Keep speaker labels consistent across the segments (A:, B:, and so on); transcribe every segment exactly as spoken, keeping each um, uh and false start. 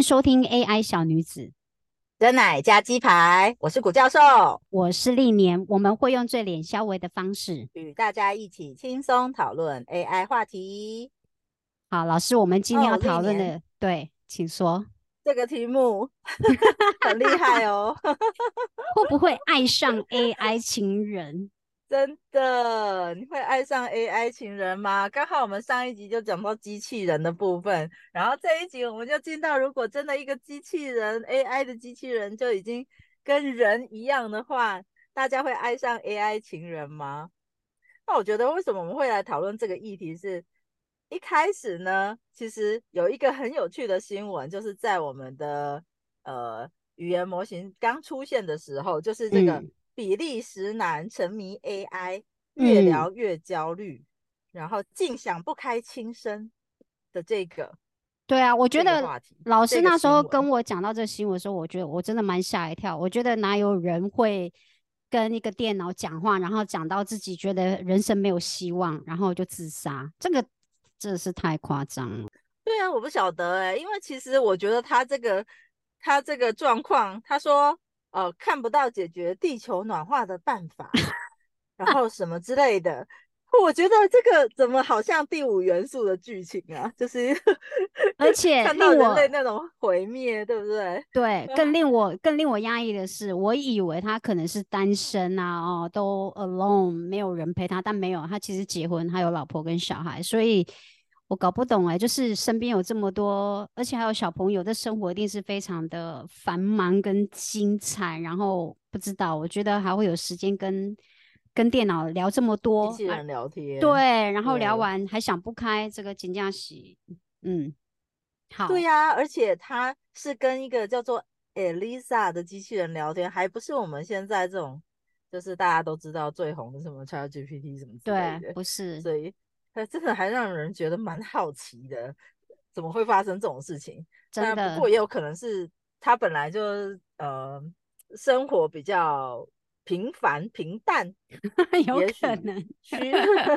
A: 迎收听 A I 小女子，
B: 真奶加鸡排，我是古教授，
A: 我是历年，我们会用最脸消微的方式。
B: 与大家一起轻松讨论 A I 话题。
A: 好，老师，我们今天要
B: 哦，历年
A: 讨论的，对，请说，
B: 这个题目很厉害哦，
A: 会不会爱上 A I 情人？
B: 真的，你会爱上 A I 情人吗？刚好我们上一集就讲到机器人的部分，然后这一集我们就进到，如果真的一个机器人 A I 的机器人就已经跟人一样的话，大家会爱上 A I 情人吗？那我觉得为什么我们会来讨论这个议题是，一开始呢，其实有一个很有趣的新闻，就是在我们的呃语言模型刚出现的时候，就是这个
A: 嗯
B: 比利时男沉迷 A I，越
A: 嗯，
B: 聊越焦虑，然后竟想不开轻生的这个
A: 对啊，我觉
B: 这个
A: 得
B: 话题，
A: 老师
B: 这个
A: 那时候
B: 新闻。
A: 跟我讲到这新闻的时候，我觉得我真的蛮吓一跳。我觉得哪有人会跟一个电脑讲话，然后讲到自己觉得人生没有希望，然后就自杀？这个真的是太夸张了。
B: 对啊，我不晓得哎、欸因为其实我觉得他这个他这个状况，他说呃看不到解决地球暖化的办法，然后什么之类的。我觉得这个怎么好像第五元素的剧情啊？就是
A: 而且
B: 看到人类
A: 令我
B: 那种毁灭，对不对？
A: 对，更令我更令我压抑的是，我以为他可能是单身啊，哦，都 alone，没有人陪他，但没有，他其实结婚，他有老婆跟小孩，所以我搞不懂哎，就是身边有这么多，而且还有小朋友，这生活一定是非常的繁忙跟精彩，然后不知道，我觉得还会有时间跟跟电脑聊这么多啊，
B: 机器人聊天，
A: 对，然后聊
B: 对
A: 完还想不开，这个减价洗，嗯，好，
B: 对呀、而且他是跟一个叫做 Elisa 的机器人聊天，还不是我们现在这种，就是大家都知道最红的什么 ChatGPT 什么之类
A: 对，
B: 的，
A: 不是
B: 所以他真的还让人觉得蛮好奇的，怎么会发生这种事情？但不
A: 真的。
B: 过也有可能是他本来就呃生活比较平凡平淡，
A: 有
B: 也许
A: 可能。
B: 需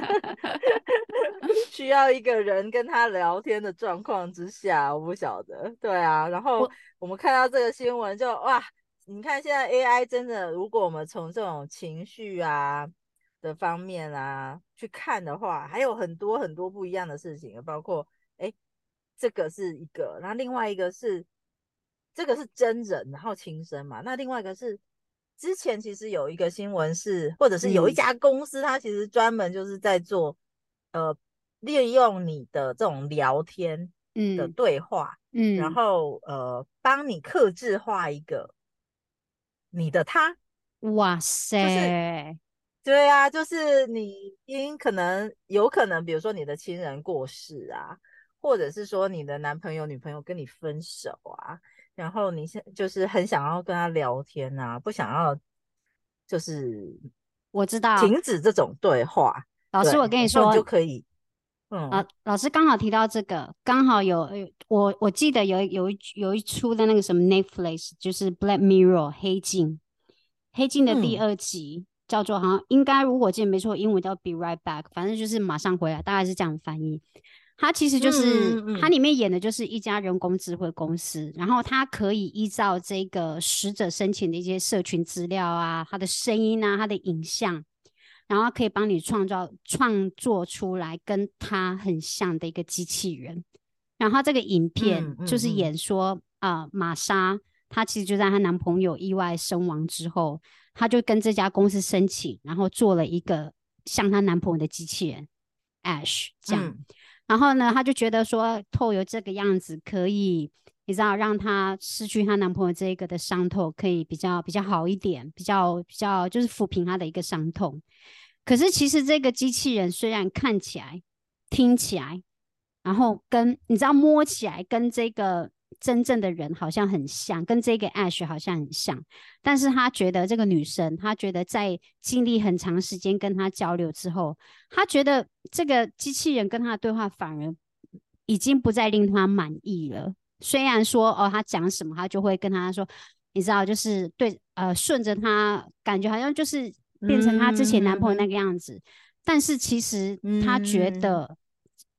B: 需要一个人跟他聊天的状况之下，我不晓得。对啊，然后
A: 我
B: 我们看到这个新闻就哇，你看现在 A I 真的，如果我们从这种情绪啊的方面啊去看的话，还有很多很多不一样的事情，包括哎，这个是一个，然后另外一个是这个是真人，然后亲生嘛，那另外一个是。之前其实有一个新闻是，或者是有一
A: 嗯
B: 家公司，它其实专门就是在做呃，利用你的这种聊天的
A: 嗯
B: 对话，然
A: 嗯，
B: 后呃，帮你客制化一个你的他，
A: 哇
B: 就是
A: 塞，
B: 对啊，就是你因可能有可能，比如说你的亲人过世啊，或者是说你的男朋友、女朋友跟你分手啊，然后你现就是很想要跟他聊天啊，不想要就是
A: 我知道。
B: 停止这种对话，对，
A: 老师，我跟你
B: 然后你
A: 说，
B: 就可以，
A: 老
B: 嗯
A: 老师刚好提到这个，刚好有呃我我记得有有一有一出的那个什么 Netflix，就是《Black Mirror》黑镜，黑镜的第
B: 嗯
A: 二集叫做好像应该如果记得没错，英文叫《Be Right Back》，反正就是马上回来，大概是这样翻译。它其实
B: 嗯
A: 就是
B: 嗯嗯嗯
A: 它里面演的就是一家人工智慧公司，然后它可以依照这个死者生前的一些社群资料啊，他的声音啊，他的影像。然后可以帮你创造创作出来跟他很像的一个机器人。然后这个影片
B: 嗯嗯
A: 就是
B: 嗯
A: 演说啊、呃玛莎她其实就在她男朋友意外身亡之后，她就跟这家公司申请，然后做了一个像她男朋友的机器人 Ash 这样。
B: 嗯
A: 然后呢，她就觉得说透由这个样子可以。你知道，让她失去她男朋友这一个的伤痛，可以比较比较好一点，比较比较就是抚平她的一个伤痛。可是其实这个机器人虽然看起来、听起来，然后跟你知道摸起来跟这个真正的人好像很像，跟这个 Ash 好像很像，但是他觉得这个女生，她觉得在经历很长时间跟他交流之后，她觉得这个机器人跟他的对话反而已经不再令她满意了。虽然说哦，他讲什么，他就会跟他说，你知道，就是对，呃，顺着他，感觉好像就是变成她之前男朋友那
B: 嗯
A: 个样子。但是其实她觉
B: 嗯
A: 得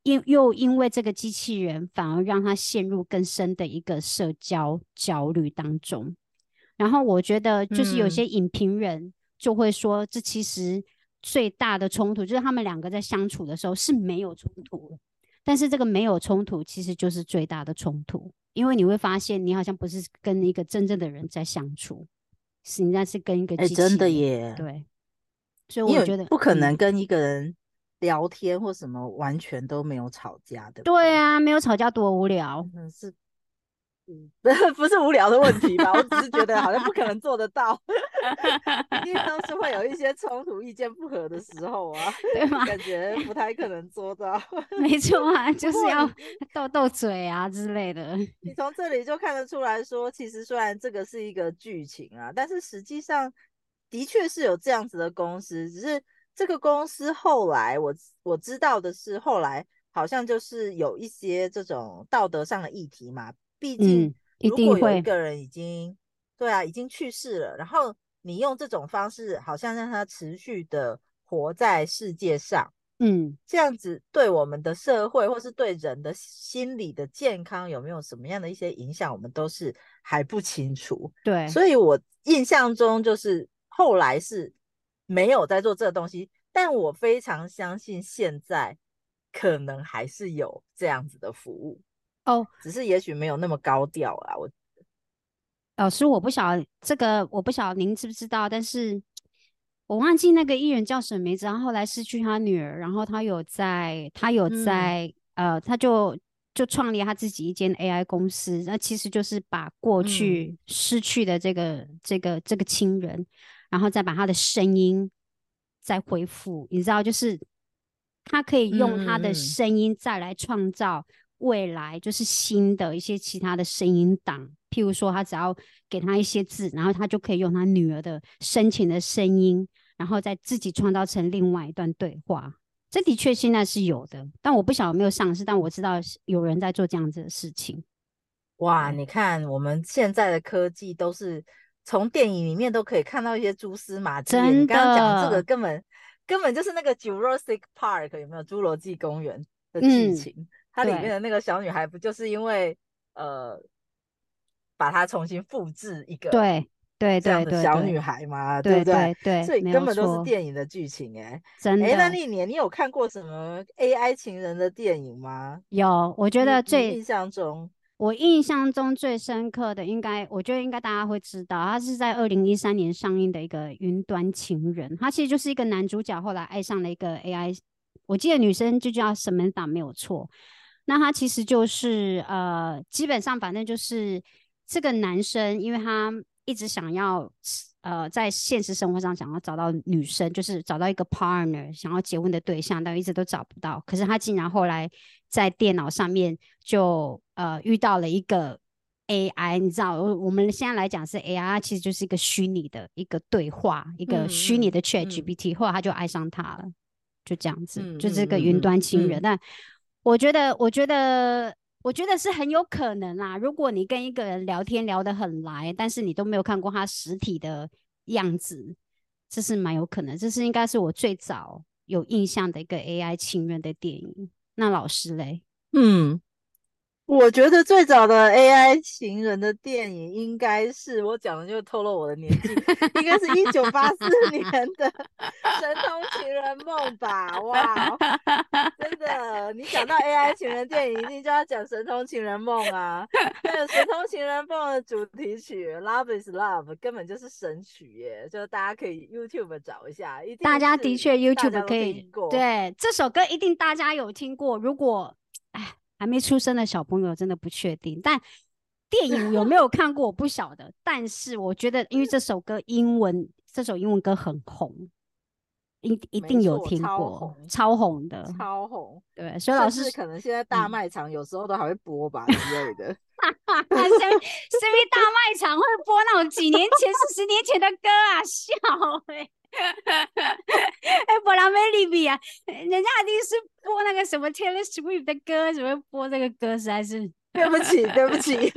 A: 因又因为这个机器人反而让他陷入更深的一个社交焦虑当中。然后我觉得就是有
B: 嗯，
A: 些影评人就会说，这其实最大的冲突就是他们两个在相处的时候是没有冲突的，但是这个没有冲突其实就是最大的冲突，因为你会发现你好像不是跟一个真正的人在相处，是你那是跟一个
B: 哎、真的
A: 机器人。
B: 耶，
A: 对，所以
B: 因为
A: 我觉得，
B: 不可能
A: 嗯，
B: 跟一个人聊天或什么完全都没有吵架，对不对？
A: 对啊，没有吵架多无聊。
B: 嗯，是，嗯，不是无聊的问题吧？我只是觉得好像不可能做得到，一定都是会有一些冲突、意见不合的时候啊，
A: 对吗？
B: 感觉不太可能做到。
A: 没错啊，
B: 不
A: 就是要
B: 过你
A: 斗斗嘴啊之类的。
B: 你从这里就看得出来说，其实虽然这个是一个剧情啊，但是实际上的确是有这样子的公司，只是这个公司后来我我知道的是，后来好像就是有一些这种道德上的议题嘛。毕竟
A: 嗯，一
B: 如果有一
A: 定会。
B: 个人已经对啊已经去世了，然后你用这种方式，好像让他持续的活在世界上。
A: 嗯，
B: 这样子对我们的社会或是对人的心理的健康有没有什么样的一些影响，我们都是还不清楚。
A: 对。
B: 所以我印象中就是后来是没有在做这个东西，但我非常相信现在可能还是有这样子的服务，
A: 哦，
B: 只是也许没有那么高调啦。我
A: 老师，我不晓得这个，我不晓得您知不知道，但是我忘记那个艺人叫什么名字，然后后来失去他女儿，然后他有在，他有
B: 嗯
A: 在，呃，他就就创立他自己一间 A I 公司，那其实就是把过
B: 嗯
A: 去失去的这个这个这个亲人，然后再把他的声音再恢复，你知道，就是他可以
B: 嗯
A: 用他的
B: 嗯嗯，
A: 声音再来创造未来，就是新的一些其他的声音档。譬如说，他只要给他一些字，然后他就可以用他女儿的深情的声音，然后再自己创造成另外一段对话。这的确现在是有的，但我不晓得有没有上市，但我知道有人在做这样子的事情。
B: 哇，
A: 对，
B: 你看我们现在的科技都是从电影里面都可以看到一些蛛丝马迹耶。你
A: 真
B: 刚刚讲这个
A: 的。
B: 根本根本就是那个 Jurassic Park 有没有侏罗纪公园的剧
A: 嗯，
B: 情？它里面
A: 对
B: 的那个小女孩不就是因为呃把它重新复制一个
A: 对对
B: 这样
A: 对对对
B: 的小女孩嘛，对
A: 对
B: 不对？
A: 对对，没
B: 所以根本都是
A: 有错，
B: 电影的剧情哎哎，那
A: 真的。
B: 历年你有看过什么 A I 情人的电影吗？
A: 有，我觉
B: 你
A: 得最
B: 你印象中，
A: 我印象中最深刻的，应该我觉得应该大家会知道，它是在二零一三年上映的一个《云端情人》，它其实就是一个男主角后来爱上了一个 A I，我记得女生就叫 Samantha 没有错。那他其实就是呃，基本上反正就是这个男生，因为他一直想要呃在现实生活上想要找到女生，就是找到一个 partner，想要结婚的对象，但一直都找不到。可是他竟然后来在电脑上面就呃遇到了一个 A I，你知道，我们现在来讲是 A I，它其实就是一个虚拟的一个对话，一个虚拟
B: 嗯
A: 的 Chat
B: 嗯
A: G P T，后来他就爱上他了。就这样子，
B: 嗯
A: 就这个云
B: 嗯嗯
A: 端情人。
B: 嗯嗯，
A: 但我觉得，我觉得，我觉得是很有可能啦。如果你跟一个人聊天聊得很来，但是你都没有看过他实体的样子，这是蛮有可能。这是应该是我最早有印象的一个 A I 情人的电影。那老师嘞？
B: 嗯，我觉得最早的 A I 情人的电影应该是我讲的就透露我的年纪，应该是一九八四年的《神通情人梦》吧？哇，真的，你讲到 A I 情人电影，一定就要讲《神通情人梦》啊。那个《神通情人梦》的主题曲《Love Is Love》根本就是神曲耶，就大家可以 YouTube 找一下，一
A: 大
B: 定是
A: 家的确
B: 大
A: YouTube
B: 家都
A: 可以，
B: 听过。
A: 对，这首歌一定大家有听过。如果哎还没出生的小朋友真的不确定，但电影有没有看过我不晓得。但是我觉得，因为这首歌英文这首英文歌很红，一一定有
B: 没错，
A: 听过，
B: 超红，
A: 超红的。
B: 超红，
A: 对，所以老师，
B: 甚至可能现在大
A: 嗯，
B: 卖场有时候都还会播吧之类的。
A: 哈哈，哈，谁谁大卖场会播那种几年前、四十年前的歌啊？笑哎、欸！哎，波兰美利比啊，人家一定是播那个什么 Taylor Swift 的歌，怎么会播这个歌？实在是，
B: 对不起，对不起。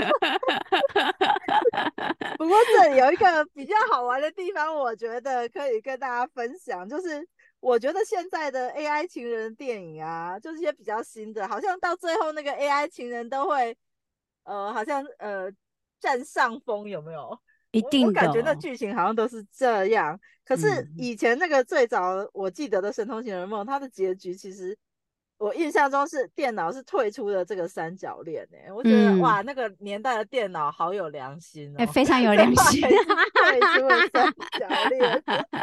B: 不过这里有一个比较好玩的地方，我觉得可以跟大家分享，就是我觉得现在的 A I 情人电影啊，就是一些比较新的，好像到最后那个 A I 情人都会，呃，好像呃占上风，有没有？
A: 一
B: 我我
A: 定的哦。
B: 感觉那剧情好像都是这样。可是
A: 嗯
B: 以前那个最早我记得的《神偷情人梦》，它的结局其实我印象中是电脑是退出了这个三角恋诶、欸，我觉得
A: 嗯，
B: 哇，那个年代的电脑好有良心
A: 哎、
B: 哦，
A: 非常有
B: 这
A: 良心。
B: 话还是退出了三角恋，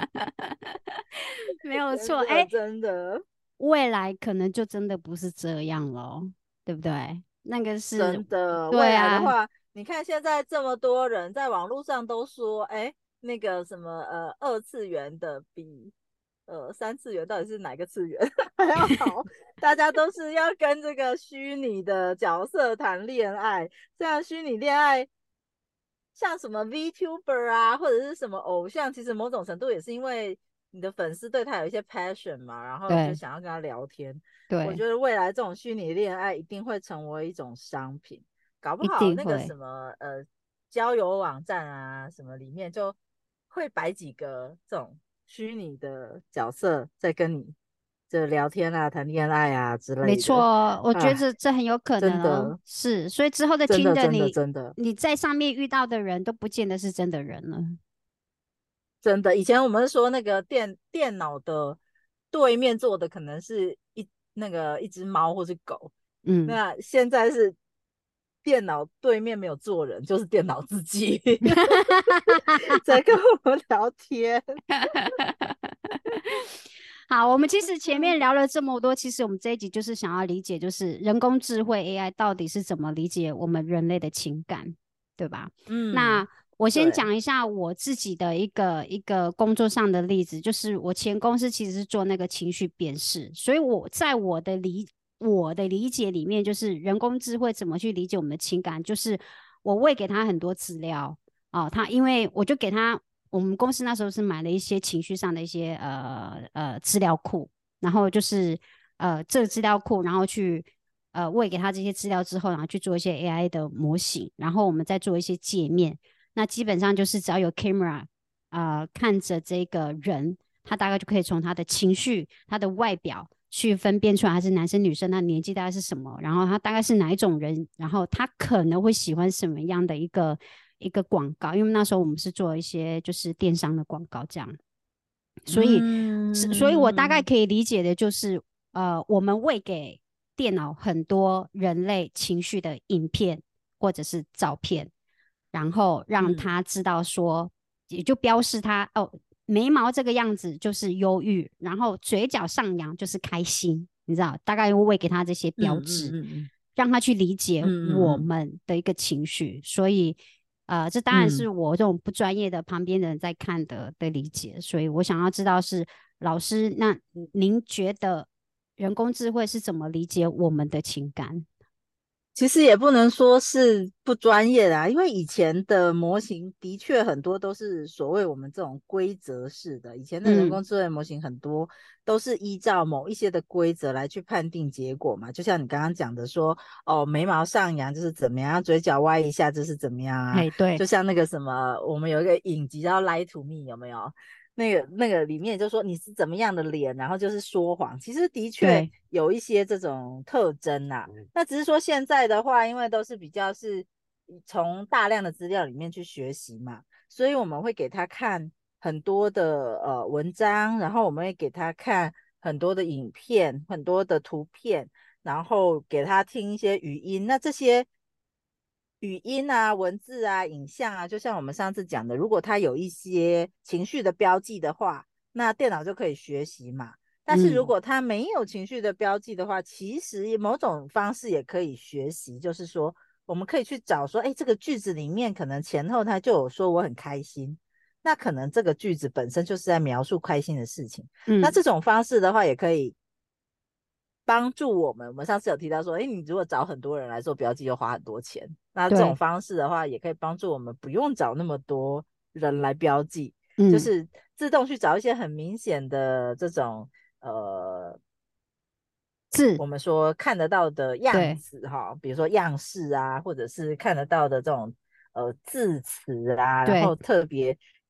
A: 没有错。哎、
B: 真的真的。
A: 未来可能就真的不是这样了，对不对？那个是，
B: 真的，未
A: 对啊。
B: 来的话，你看现在这么多人在网络上都说，哎，那个什么呃，二次元的比呃三次元到底是哪个次元还要好？大家都是要跟这个虚拟的角色谈恋爱，这样虚拟恋爱像什么 VTuber 啊，或者是什么偶像，其实某种程度也是因为你的粉丝对他有一些 passion 嘛，然后你就
A: 对
B: 想要跟他聊天。我
A: 对，
B: 觉得未来这种虚拟恋爱一定会成为一种商品，搞不
A: 一
B: 好那个
A: 定会。
B: 什么呃交友网站啊什么里面就会摆几个这种虚拟的角色在跟你这聊天啊、谈恋爱啊之
A: 没
B: 类的。
A: 错，我觉得
B: 啊，
A: 这这很有可能哦。
B: 真的，
A: 是，所以之后的
B: 真的，真的，
A: 听的你，
B: 真的。
A: 你在上面遇到的人都不见得是真的人了。
B: 真的，以前我们说那个电电脑的对面坐的可能是一那个一只猫或是狗，
A: 嗯。
B: 那现在是电脑对面没有坐人，就是电脑自己在跟我们聊天。
A: 好，我们其实前面
B: 嗯
A: 聊了这么多，其实我们这一集就是想要理解，就是人工智慧 A I 到底是怎么理解我们人类的情感，对吧？
B: 嗯，
A: 那我先
B: 对，
A: 讲一下我自己的一个一个工作上的例子，就是我前公司其实是做那个情绪辨识，所以我在我的理我的理解里面，就是人工智慧怎么去理解我们的情感，就是我喂给他很多资料。哦，他因为我就给他，我们公司那时候是买了一些情绪上的一些呃呃资料库，然后就是呃这个资料库，然后去呃喂给他这些资料之后，然后去做一些 A I 的模型，然后我们再做一些界面。那基本上就是只要有 camera 呃看着这个人，他大概就可以从他的情绪、他的外表去分辨出来他是男生女生，他年纪大概是什么，然后他大概是哪一种人，然后他可能会喜欢什么样的一个一个广告，因为那时候我们是做一些就是电商的广告这样，所以所以我大概
B: 嗯
A: 可以理解的就是，呃，我们喂给电脑很多人类情绪的影片或者是照片，然后让
B: 嗯
A: 他知道说，也就标示他哦，眉毛这个样子就是忧郁，然后嘴角上扬就是开心，你知道，大概会喂给他这些标
B: 嗯嗯
A: 志，
B: 嗯嗯
A: 让他去理解我
B: 嗯嗯
A: 们的一个情绪。所以，呃，这当然是
B: 嗯，
A: 我这种不专业的旁边的人在看的的理解。所以我想要知道是老师，那您觉得人工智慧是怎么理解我们的情感？
B: 其实也不能说是不专业的啊，因为以前的模型的确很多都是所谓我们这种规则式的，以前的人
A: 嗯，
B: 工智慧模型很多都是依照某一些的规则来去判定结果嘛，就像你刚刚讲的说，哦，眉毛上扬就是怎么样，嘴角歪一下就是怎么样啊，
A: 哎，对
B: 就像那个什么，我们有一个影集叫《Lie to Me》，有没有？那个那个里面就说你是怎么样的脸，然后就是说谎，其实的确
A: 对，
B: 有一些这种特征呐、那只是说现在的话，因为都是比较是从大量的资料里面去学习嘛，所以我们会给他看很多的呃文章，然后我们会给他看很多的影片、很多的图片，然后给他听一些语音。那这些语音啊、文字啊、影像啊，就像我们上次讲的，如果它有一些情绪的标记的话，那电脑就可以学习嘛。但是如
A: 嗯，
B: 果它没有情绪的标记的话，其实某种方式也可以学习，就是说我们可以去找说，哎，这个句子里面可能前后它就有说我很开心，那可能这个句子本身就是在描述开心的事情。那
A: 嗯，
B: 这种方式的话，也可以帮助我们。我们上次有提到说，哎，你如果找很多人来做标记，又花很多钱。那这种
A: 对，
B: 方式的话，也可以帮助我们不用找那么多人来标记，就
A: 嗯，
B: 是自动去找一些很明显的这种呃，
A: 字，
B: 我们说看得到的样
A: 对，
B: 子哈，比如说样式啊，或者是看得到的这种呃字词啊，然
A: 对，
B: 后特别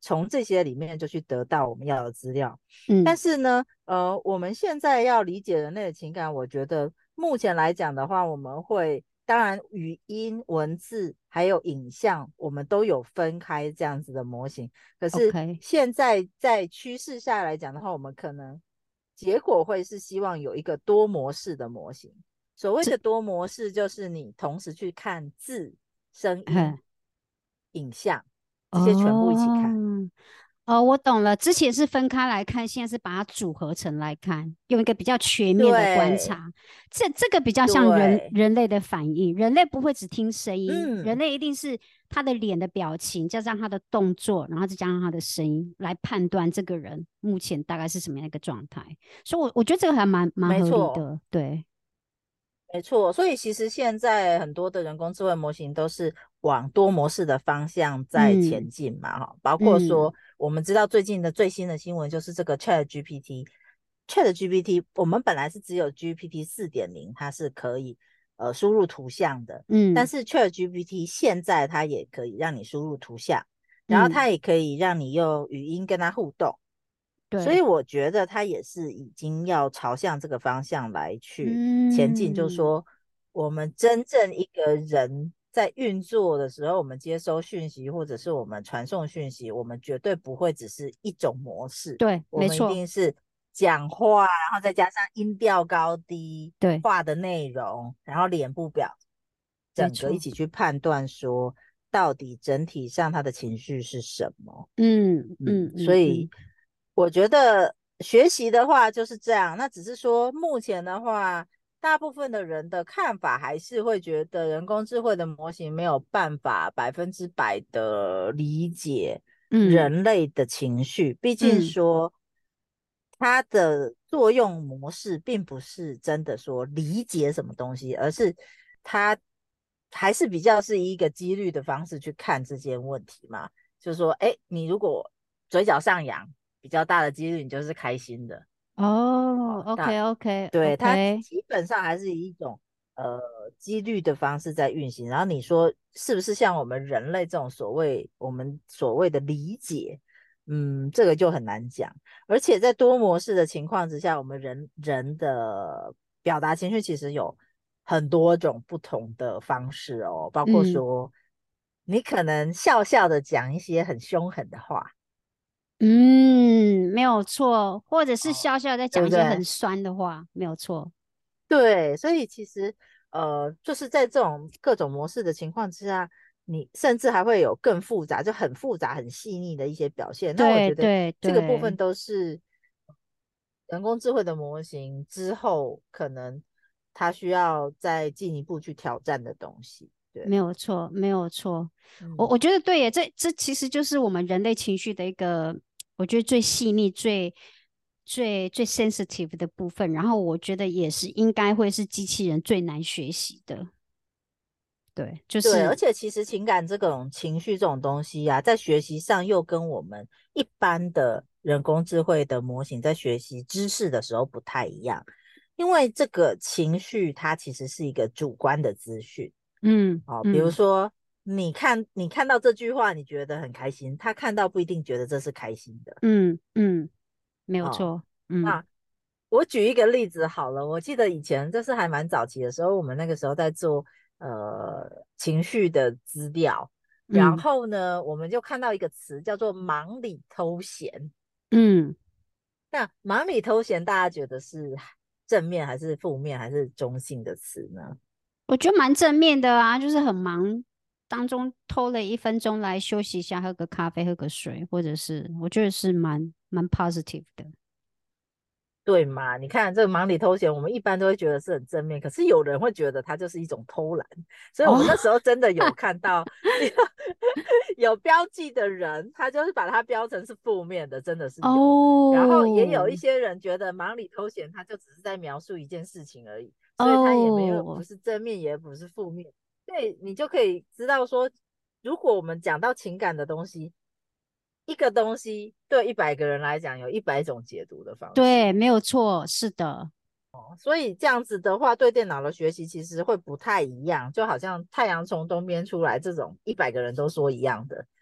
B: 从这些里面就去得到我们要的资料。
A: 嗯，
B: 但是呢，呃，我们现在要理解人类的情感，我觉得目前来讲的话，我们会当然语音、文字还有影像，我们都有分开这样子的模型。可是
A: OK，
B: 现在在趋势下来讲的话，我们可能结果会是希望有一个多模式的模型。所谓的多模式，就是你同时去看字、声音、影像这些全部一起看。
A: 哦哦，我懂了。之前是分开来看，现在是把它组合成来看，用一个比较全面的观
B: 对
A: 察。这这个比较像人
B: 对，
A: 人类的反应。人类不会只听声音，人
B: 嗯，
A: 类一定是他的脸的表情，加上他的动作，然后再加上他的声音来判断这个人目前大概是什么样一个状态。所以我，我觉得这个还蛮蛮合理
B: 没错。
A: 的。对，
B: 没错，所以其实现在很多的人工智慧模型都是往多模式的方向在前
A: 嗯
B: 进嘛，哈，包括
A: 嗯
B: 说我们知道最近的最新的新闻就是这个 Chat G P T，Chat G P T 我们本来是只有 G P T 四点零，它是可以呃输入图像的，但
A: 嗯
B: 是 Chat G P T 现在它也可以让你输入图像，然后
A: 嗯，
B: 它也可以让你用语音跟它互动。所以
A: 对，
B: 我觉得他也是已经要朝向这个方向来去前进，就是
A: 嗯，
B: 说我们真正一个人在运作的时候，我们接收讯息或者是我们传送讯息，我们绝对不会只是一种模式，
A: 对，
B: 我们一
A: 没错，
B: 定是讲话，然后再加上音调高低、
A: 对，
B: 话的内容，然后脸部表整个一
A: 没错。
B: 起去判断说，到底整体上他的情绪是什么。
A: 嗯
B: 嗯，
A: 嗯
B: 所以
A: 嗯嗯，
B: 我觉得学习的话就是这样。那只是说，目前的话，大部分的人的看法还是会觉得人工智慧的模型没有办法百分之百的理解
A: 嗯
B: 人类的情绪。毕竟
A: 嗯
B: 说，它的作用模式并不是真的说理解什么东西，而是它还是比较是以一个几率的方式去看这件问题嘛。就是说，哎，你如果嘴角上扬，比较大的几率你就是开心的。
A: 哦
B: 哦，
A: ，OK
B: 但
A: OK
B: 对它
A: OK，
B: 基本上还是以一种呃几率的方式在运行。然后你说是不是像我们人类这种所谓我们所谓的理解？嗯，这个就很难讲。而且在多模式的情况之下，我们人人的表达情绪其实有很多种不同的方式哦，包括
A: 嗯
B: 说你可能笑笑的讲一些很凶狠的话。
A: 嗯，没有错，或者是
B: 哦，
A: 笑笑在讲一些很
B: 对不对？
A: 酸的话，没有错。
B: 对，所以其实呃，就是在这种各种模式的情况之下，你甚至还会有更复杂，就很复杂、很细腻的一些表现。那我觉得
A: 对对
B: 这个部分
A: 对，
B: 都是人工智慧的模型之后可能它需要再进一步去挑战的东西。
A: 没
B: 对，
A: 有错，没有错。我
B: 嗯，
A: 我觉得对耶，这这其实就是我们人类情绪的一个，我觉得最细腻、最最最 sensitive 的部分。然后我觉得也是应该会是机器人最难学习的。对，就
B: 对，而
A: 是
B: 且其实情感这种情绪这种东西呀、在学习上又跟我们一般的人工智慧的模型在学习知识的时候不太一样，因为这个情绪它其实是一个主观的资讯。
A: 嗯
B: 哦，比如
A: 嗯
B: 说你看你看到这句话，你觉得很开心，他看到不一定觉得这是开心的。
A: 嗯嗯，没有
B: 哦，
A: 错。嗯
B: 那我举一个例子好了，我记得以前这是还蛮早期的时候，我们那个时候在做呃情绪的资料，然
A: 嗯
B: 后呢，我们就看到一个词叫做忙里偷闲。
A: 嗯，
B: 那忙里偷闲，大家觉得是正面还是负面还是中性的词呢？
A: 我觉得蛮正面的啊，就是很忙当中偷了一分钟来休息一下，喝个咖啡，喝个水，或者是我觉得是蛮蛮 positive 的。
B: 对嘛？你看这个忙里偷闲，我们一般都会觉得是很正面，可是有人会觉得它就是一种偷懒，所以我
A: 哦，
B: 们那时候真的有看到有标记的人，他就是把它标成是负面的，真的是有。然后也有一
A: 哦
B: 些人觉得忙里偷闲，他就只是在描述一件事情而已，所以他也没有不
A: 哦，
B: 是正面，也不是负面。对，你就可以知道说，如果我们讲到情感的东西，一个东西对一百个人来讲，有一百种解读的方式。
A: 对，没有错，是的，
B: 所以这样子的话，对电脑的学习其实会不太一样，就好像太阳从东边出来这种一百个人都说一样的，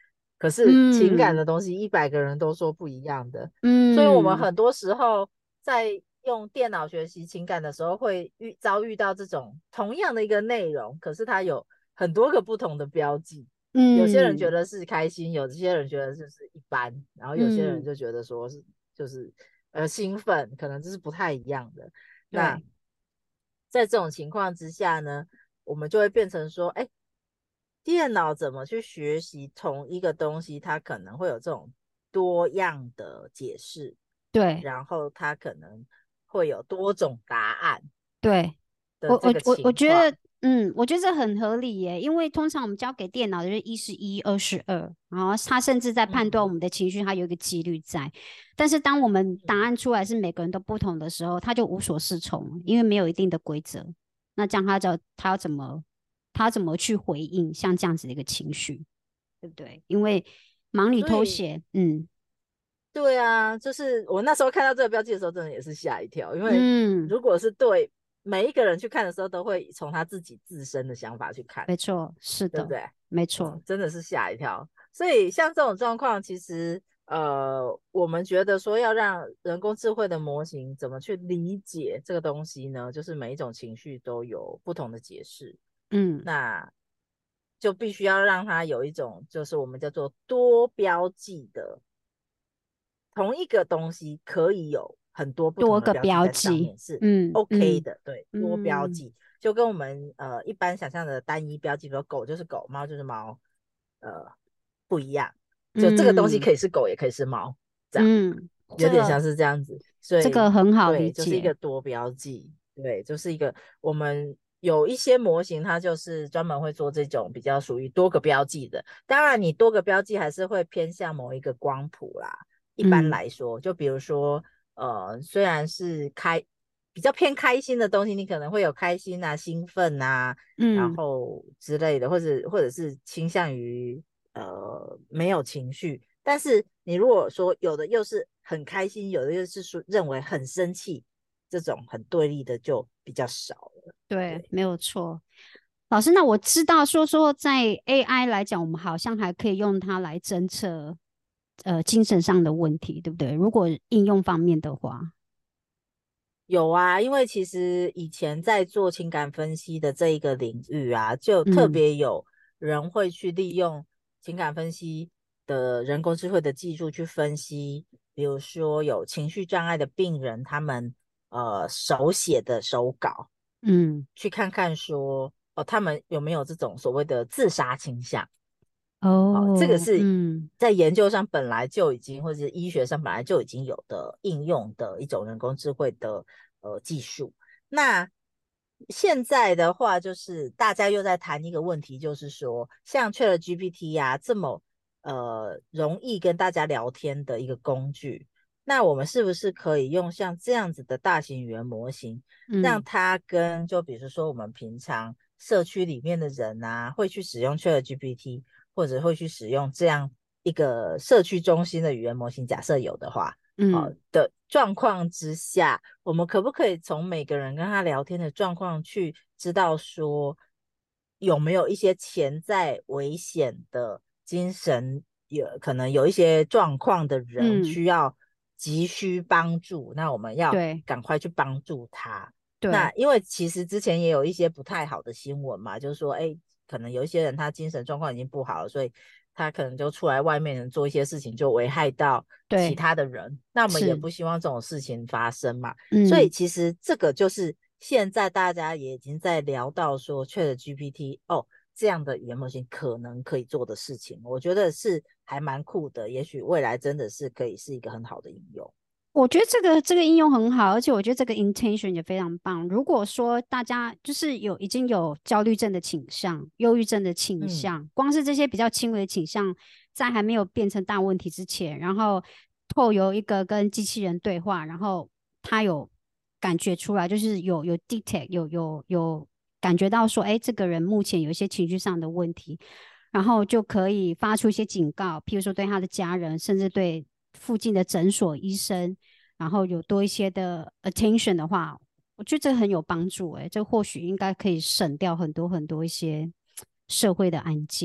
B: 可是情感的
A: 嗯
B: 东西一百个人都说不一样的，所以我们
A: 嗯
B: 很多时候在用电脑学习情感的时候会遇遭遇到这种同样的一个内容，可是它有很多个不同的标记。有些人觉
A: 嗯
B: 得是开心，有些人觉得就是一般，然后有些人
A: 嗯，
B: 就觉得说是就是呃兴奋，可能这是不太一样的。那
A: 对
B: 在这种情况之下呢，我们就会变成说，哎，电脑怎么去学习同一个东西，它可能会有这种多样的解释，
A: 对
B: 然后它可能会有多种答案
A: 对。我
B: 的这个
A: 我我我
B: 情况。
A: 觉得，嗯，我觉得这很合理耶，因为通常我们交给电脑的就是一是一，二是二，然后它甚至在判断我
B: 嗯
A: 们的情绪，它有一个几率在。但是当我们答
B: 嗯，
A: 案出来是每个人都不同的时候，它就无所适从了，因为没有一定的规则。那这样他就他要怎么他要怎么去回应像这样子的一个情绪，对不对？因为忙里
B: 所以
A: 偷闲，嗯
B: 对啊，就是我那时候看到这个标记的时候，真的也是吓一跳，因为
A: 嗯，
B: 如果是对每一个人去看的时候，都会从他自己自身的想法去看，
A: 没错，是的，
B: 对不对？
A: 没错，
B: 嗯，真的是吓一跳。所以像这种状况，其实呃，我们觉得说要让人工智慧的模型怎么去理解这个东西呢？就是每一种情绪都有不同的解释，
A: 嗯，
B: 那就必须要让它有一种就是我们叫做多标记的同一个东西可以有很多不同的
A: 多个
B: 标记在上
A: 标记，
B: 面是
A: 嗯
B: OK
A: 嗯
B: 的，对，多标
A: 嗯
B: 记就跟我们呃一般想象的单一标记，比如狗就是狗，猫就是猫，呃不一样。就这个东西
A: 嗯
B: 可以是狗，也可以是猫，这样
A: 嗯，
B: 有点像
A: 这个
B: 是这样子。所
A: 这个
B: 以
A: 很好理
B: 对，就是一
A: 解，
B: 个多标记，对，就是一个我们有一些模型，它就是专门会做这种比较属于多个标记的。当然，你多个标记还是会偏向某一个光谱啦。一般
A: 嗯
B: 来说，就比如说，呃，虽然是开比较偏开心的东西，你可能会有开心啊、兴奋啊，然
A: 嗯
B: 后之类的，或者或者是倾向于呃没有情绪。但是你如果说有的又是很开心，有的又是说认为很生气，这种很对立的就比较少了。
A: 对，
B: 对，
A: 没有错。老师，那我知道说说在 A I 来讲，我们好像还可以用它来侦测呃精神上的问题，对不对？如果应用方面的话，
B: 有啊，因为其实以前在做情感分析的这一个领域啊，就特
A: 嗯
B: 别有人会去利用情感分析的人工智慧的技术去分析，比如说有情绪障碍的病人，他们呃手写的手稿，
A: 嗯
B: 去看看说哦，他们有没有这种所谓的自杀倾向。好，这个
A: 哦
B: 是
A: 嗯
B: 在研究上本来就已经，或者是医学上本来就已经有的应用的一种人工智慧的呃技术。那现在的话，就是大家又在谈一个问题，就是说，像 ChatGPT 呀、这么呃容易跟大家聊天的一个工具，那我们是不是可以用像这样子的大型语言模型，让
A: 嗯
B: 它跟就比如说我们平常社区里面的人啊，会去使用 ChatGPT。或者会去使用这样一个社区中心的语言模型，假设有的话，好、
A: 嗯
B: 的状况之下，我们可不可以从每个人跟他聊天的状况去知道说有没有一些潜在危险的精神有可能有一些状况的人
A: 嗯，
B: 需要急需帮助，那我们要
A: 对
B: 赶快去帮助他。那
A: 对，
B: 因为其实之前也有一些不太好的新闻嘛，就是说，哎，可能有一些人他精神状况已经不好了，所以他可能就出来外面做一些事情，就危害到其
A: 对，
B: 他的人。那我们也
A: 是，
B: 不希望这种事情发生嘛。所以
A: 嗯，
B: 其实这个就是现在大家也已经在聊到说，ChatGPT 哦这样的语言模型可能可以做的事情，我觉得是还蛮酷的。也许未来真的是可以是一个很好的应用。
A: 我觉得这个这个应用很好，而且我觉得这个 intention 也非常棒。如果说大家就是有已经有焦虑症的倾向、忧郁症的倾
B: 嗯
A: 向，光是这些比较轻微的倾向，在还没有变成大问题之前，然后透由一个跟机器人对话，然后他有感觉出来，就是有有 detect 有有有感觉到说，哎，这个人目前有一些情绪上的问题，然后就可以发出一些警告，譬如说对他的家人，甚至对附近的诊所医生，然后有多一些的 attention 的话，我觉得这很有帮助。诶，这或许应该可以省掉很多很多一些社会的案件。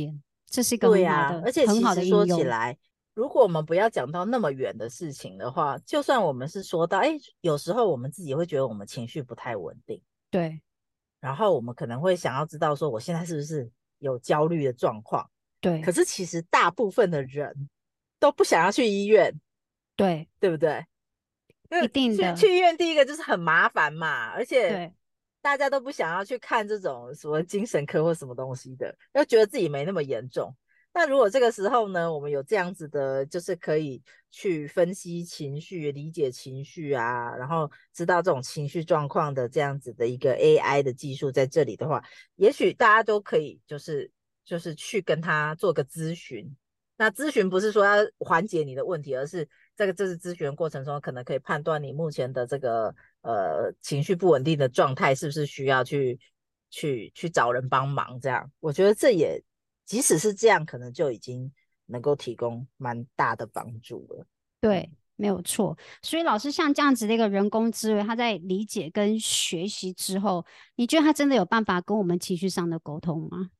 A: 这是一个
B: 对呀、
A: 很好的
B: 而且
A: 很好的
B: 其实说起
A: 应用。
B: 来，如果我们不要讲到那么远的事情的话，如果我们不要讲到那么远的事情的话，就算我们是说到，哎，有时候我们自己会觉得我们情绪不太稳定，
A: 对
B: 然后我们可能会想要知道说，我现在是不是有焦虑的状况？可
A: 对
B: 是其实大部分的人都不想要去医院，
A: 对，
B: 对不对？因
A: 一
B: 为
A: 定的，
B: 去去医院，第一个就是很麻烦嘛，而且
A: 对
B: 大家都不想要去看这种什么精神科或什么东西的，又觉得自己没那么严重。那如果这个时候呢，我们有这样子的，就是可以去分析情绪、理解情绪啊，然后知道这种情绪状况的这样子的一个 A I 的技术在这里的话，也许大家都可以就是就是去跟他做个咨询。那咨询不是说要缓解你的问题，而是这个这是咨询过程中可能可以判断你目前的这个呃情绪不稳定的状态是不是需要去去去找人帮忙。这样我觉得这也即使是这样，可能就已经能够提供蛮大的帮助了。
A: 对，没有错。所以老师像这样子的一个人工智慧，他在理解跟学习之后，你觉得他真的有办法跟我们情绪上的沟通吗？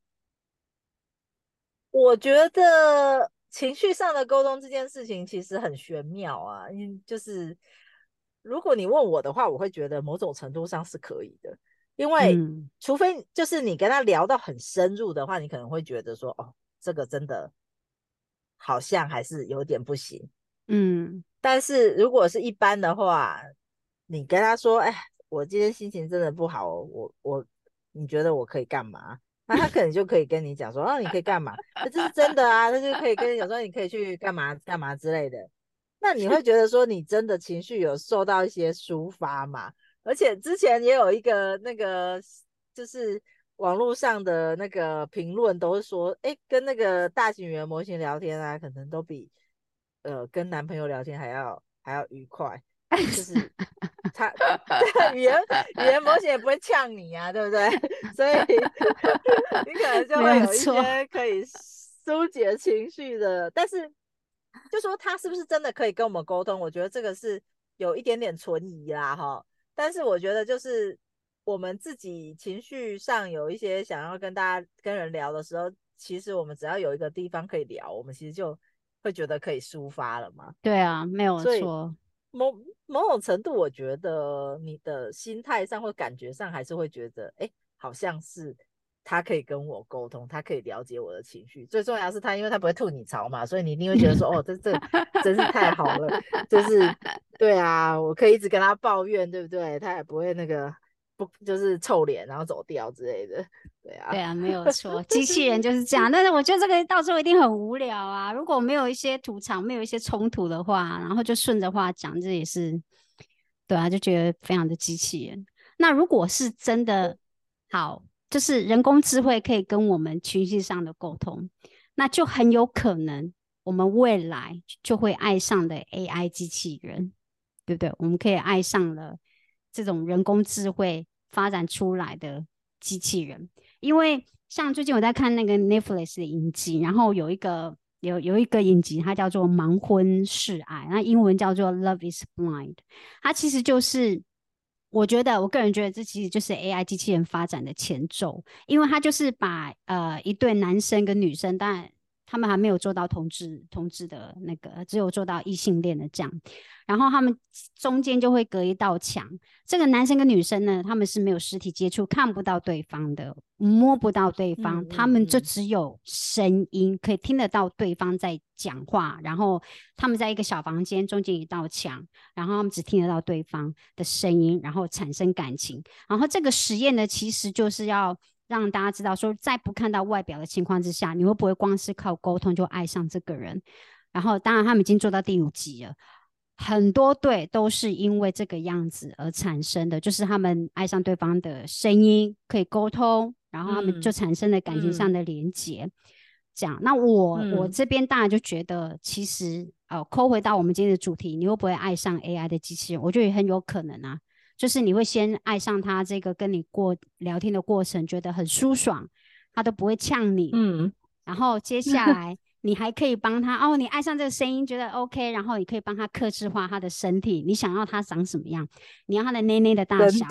B: 我觉得情绪上的沟通这件事情其实很玄妙啊，因就是如果你问我的话，我会觉得某种程度上是可以的，因为
A: 嗯
B: 除非就是你跟他聊到很深入的话，你可能会觉得说，哦，这个真的好像还是有点不行。
A: 嗯，
B: 但是如果是一般的话，你跟他说，哎，我今天心情真的不好，我我你觉得我可以干嘛？那他可能就可以跟你讲说，哦，你可以干嘛？这是真的啊，他就可以跟你讲说，你可以去干嘛干嘛之类的。那你会觉得说，你真的情绪有受到一些抒发嘛？而且之前也有一个那个，就是网络上的那个评论都是说，哎，跟那个大型语言模型聊天啊，可能都比呃跟男朋友聊天还要还要愉快。就是他语言语言模型也不会呛你啊，对不对？所以你可能就
A: 没
B: 会有一
A: 有错。
B: 些可以疏解情绪的。但是就说他是不是真的可以跟我们沟通，我觉得这个是有一点点存疑啦哈。但是我觉得就是我们自己情绪上有一些想要跟大家跟人聊的时候，其实我们只要有一个地方可以聊，我们其实就会觉得可以抒发了嘛。
A: 对啊，没有
B: 所以
A: 错。
B: 某某种程度，我觉得你的心态上或感觉上还是会觉得，哎，好像是他可以跟我沟通，他可以了解我的情绪。最重要是他，因为他不会吐你槽嘛，所以你一定会觉得说，哦，这这真是太好了，就是对啊，我可以一直跟他抱怨，对不对？他也不会那个不就是臭脸然后走掉之类的，对啊。
A: 对啊，没有错，机器人就是这样。但是我觉得这个到时候一定很无聊啊。如果没有一些吐槽，没有一些冲突的话，然后就顺着话讲，这也是对啊，就觉得非常的机器人。那如果是真的好，就是人工智慧可以跟我们情绪上的沟通，那就很有可能我们未来就会爱上的 A I 机器人，对不对？我们可以爱上了这种人工智慧发展出来的机器人。因为像最近我在看那个 Netflix 的影集，然后有一个有有一个影集，它叫做《盲婚试爱》，那英文叫做《Love Is Blind》，它其实就是我觉得，我个人觉得这其实就是 A I 机器人发展的前奏，因为它就是把呃一对男生跟女生，当然他们还没有做到同志同志的那个，只有做到异性恋的这样，然后他们中间就会隔一道墙。这个男生跟女生呢，他们是没有实体接触，看不到对方的，摸不到对方，
B: 嗯
A: 他们就
B: 嗯嗯
A: 只有声音，可以听得到对方在讲话。然后他们在一个小房间，中间一道墙，然后他们只听得到对方的声音，然后产生感情。然后这个实验呢，其实就是要让大家知道说，在不看到外表的情况之下，你会不会光是靠沟通就爱上这个人？然后，当然他们已经做到第五集了。很多对都是因为这个样子而产生的，就是他们爱上对方的声音，可以沟通，然后他们就
B: 嗯
A: 产生了感情上
B: 嗯
A: 的连结。这样，那我我
B: 嗯
A: 这边当然就觉得，其实呃，扣回到我们今天的主题，你会不会爱上 A I 的机器人？我觉得也很有可能啊，就是你会先爱上他这个跟你过聊天的过程，觉得很舒爽，他都不会呛你，
B: 嗯，
A: 然后接下来你还可以帮他哦，你爱上这个声音觉得 OK，然后你可以帮他客制化他的身体，你想要他长什么样，你要他的内内的大小，
B: 真的。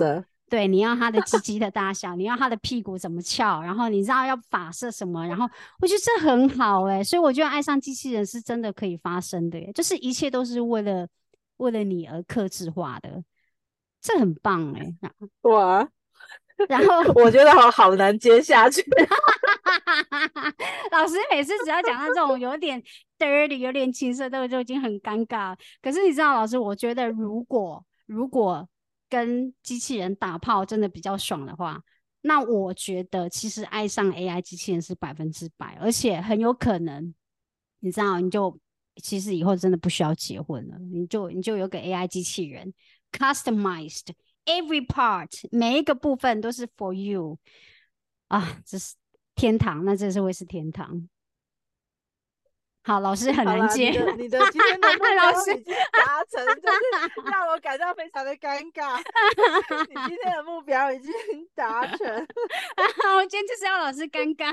A: 对，你要它的鸡鸡的大小，你要它的屁股怎么翘，然后你知道要发射什么，然后我觉得这很好哎、欸，所以我觉得爱上机器人是真的可以发生的耶、欸，就是一切都是为了为了你而客制化的，这很棒哎、欸。
B: 哇，
A: 然后
B: 我觉得好好难接下去。
A: 老师每次只要讲到这种有点 dirty 有点情色的就已经很尴尬了，可是你知道老师我觉得如果如果跟机器人打炮真的比较爽的话，那我觉得其实爱上 A I 机器人是百分之百，而且很有可能你知道你就其实以后真的不需要结婚了，你就你就有个 A I 机器人 customized every part 每一个部分都是 for you 啊，这是天堂，那这是会是天堂。好，老师很
B: 好啦，
A: 难接。
B: 你的你的今天的目
A: 老师
B: 标已经达成，就是让我感到非常的尴尬。你今天的目标已经达成。
A: 我今天就是要老师尴尬。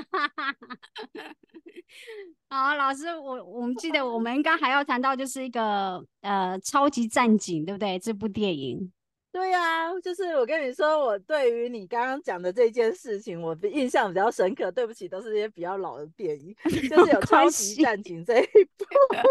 A: 好，老师，我我们记得我们应该还要谈到就是一个呃超级战警，对不对？这部电影。
B: 对呀、啊，就是我跟你说，我对于你刚刚讲的这件事情，我的印象比较深刻。对不起，都是一些比较老的电影，就是有《超级战警》这一部。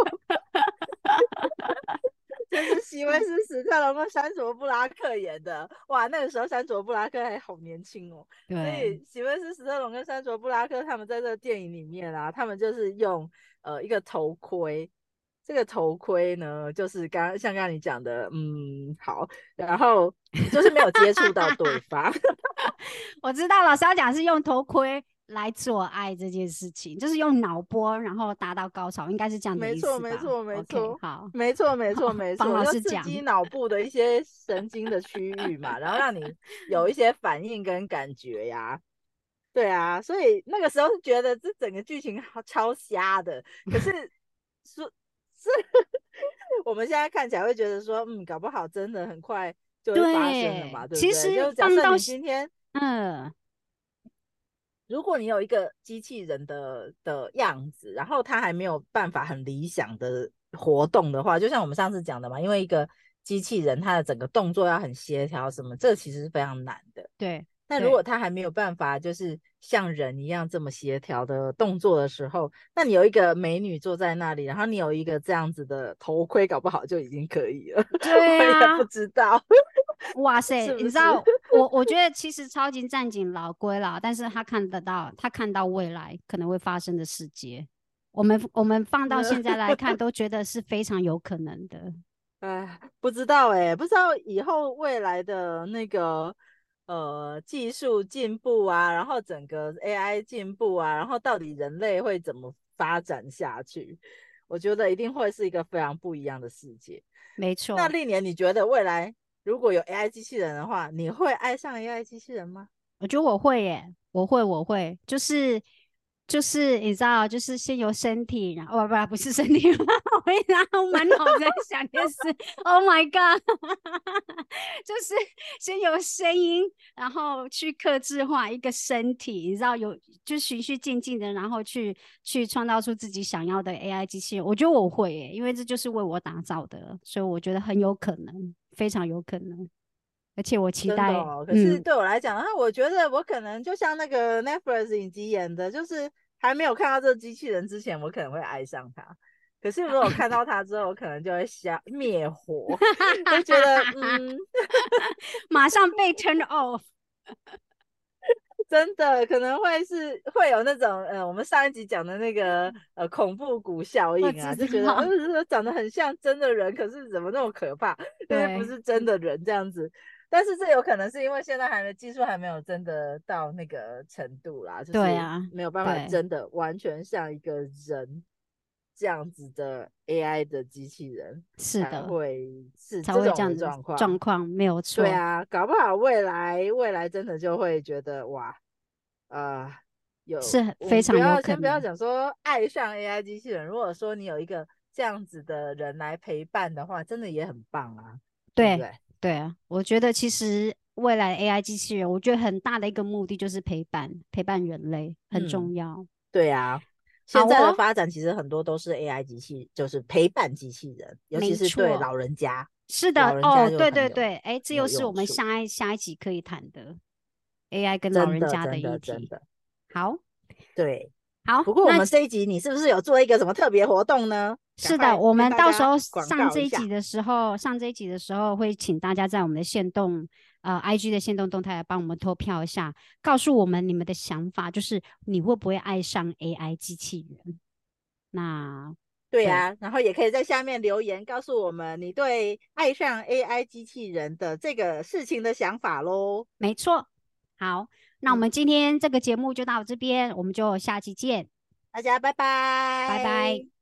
B: 就是席维斯·史特龙跟山卓·布拉克演的。哇，那个时候山卓·布拉克还好年轻哦。所以席维斯·史特龙跟山卓·布拉克他们在这个电影里面啊，他们就是用呃一个头盔。这个头盔呢，就是刚刚像刚刚你讲的，嗯，好，然后就是没有接触到对方。
A: 我知道老师要讲是用头盔来做爱这件事情，就是用脑波然后达到高潮，应该是这样的
B: 没错，
A: 意思吧？
B: 没错，没
A: OK，
B: 错，
A: 好，
B: 没错，没错，没
A: 帮
B: 错，就
A: 老师讲。
B: 刺激脑部的一些神经的区域嘛，然后让你有一些反应跟感觉呀。对啊，所以那个时候是觉得这整个剧情超瞎的，可是说是我们现在看起来会觉得说，嗯，搞不好真的很快就会发生了
A: 对，
B: 嘛，对不
A: 其实
B: 对？就假设
A: 放到
B: 你今天，
A: 嗯，
B: 如果你有一个机器人的的样子，然后它还没有办法很理想的活动的话，就像我们上次讲的嘛，因为一个机器人它的整个动作要很协调什么，这其实是非常难的。
A: 对
B: 那如果他还没有办法就是像人一样这么协调的动作的时候，那你有一个美女坐在那里，然后你有一个这样子的头盔，搞不好就已经可以了。
A: 对
B: 我也不
A: 啊，
B: 知道。
A: 哇塞，
B: 是不是？
A: 你知道我我觉得其实超级战警老归老，但是他看得到，他看到未来可能会发生的世界，我们我们放到现在来看，都觉得是非常有可能的。
B: 哎，不知道哎、欸，不知道以后未来的那个呃技术进步啊，然后整个 A I 进步啊，然后到底人类会怎么发展下去？我觉得一定会是一个非常不一样的世界。
A: 没错，
B: 那历年你觉得未来如果有 A I 机器人的话，你会爱上 A I 机器人吗？
A: 我觉得我会耶，我会，我会，就是就是你知道，就是先由身体，然后哦不不不是身体，我一然后满脑子在想件事，Oh my god，就是先由声音，然后去克制化一个身体，你知道有就循序渐进的，然后去去创造出自己想要的 A I 机器人。我觉得我会耶，因为这就是为我打造的，所以我觉得很有可能，非常有可能，而且我期待，
B: 真的哦，可是
A: 嗯。
B: 对我来讲，那我觉得我可能就像那个 Netflix 影集演的，就是还没有看到这个机器人之前，我可能会爱上他。可是如果我看到他之后，我可能就会想灭火，就觉得嗯，
A: 马上被 turn off。
B: 真的可能会是会有那种呃，我们上一集讲的那个呃恐怖谷效应啊，
A: 我知
B: 就觉得
A: 道，
B: 呃长得很像真的人，可是怎么那么可怕？因为不
A: 对
B: 是真的人这样子。但是这有可能是因为现在还没技术还没有真的到那个程度啦，就是
A: 对啊，
B: 没有办法
A: 对，
B: 真的完全像一个人这样子的 A I 的机器人才
A: 是的，
B: 会是
A: 才
B: 这种的
A: 会这样子
B: 状况。
A: 状况，没有错，
B: 对啊，搞不好未来未来真的就会觉得哇，呃，有
A: 是
B: 我们不
A: 非常有
B: 要先不要
A: 可能。
B: 讲说爱上 A I 机器人，如果说你有一个这样子的人来陪伴的话，真的也很棒啊，对不
A: 对
B: 对？
A: 对啊，我觉得其实未来 A I 机器人，我觉得很大的一个目的就是陪伴，陪伴人类很
B: 嗯，
A: 重要。
B: 对啊。 现在的
A: 哦，
B: 发展其实很多都是 A I 机器，就是陪伴机器人，尤其是对老人家，
A: 是的哦，
B: 老人家就
A: 对
B: 很有
A: 对对，哎，这
B: 很有
A: 又是我们
B: 用处。
A: 下一下一集可以谈的 A I 跟老
B: 真的，
A: 人家的
B: 真的，
A: 议题。
B: 真的，
A: 好，
B: 对。
A: 好，
B: 不过我
A: 那
B: 们这一集你是不是有做一个什么特别活动呢？赶
A: 是的，
B: 快
A: 我
B: 跟大家
A: 们到时候
B: 广
A: 上
B: 告一下。
A: 这一集的时候，上这一集的时候会请大家在我们的线动，呃，I G 的线动动态来帮我们投票一下，告诉我们你们的想法，就是你会不会爱上 A I 机器人？那对，
B: 对呀、然后也可以在下面留言告诉我们你对爱上 A I 机器人的这个事情的想法喽。
A: 没错。好，那我
B: 嗯，
A: 们今天这个节目就到这边，我们就下期见，
B: 大家拜
A: 拜拜。
B: 拜。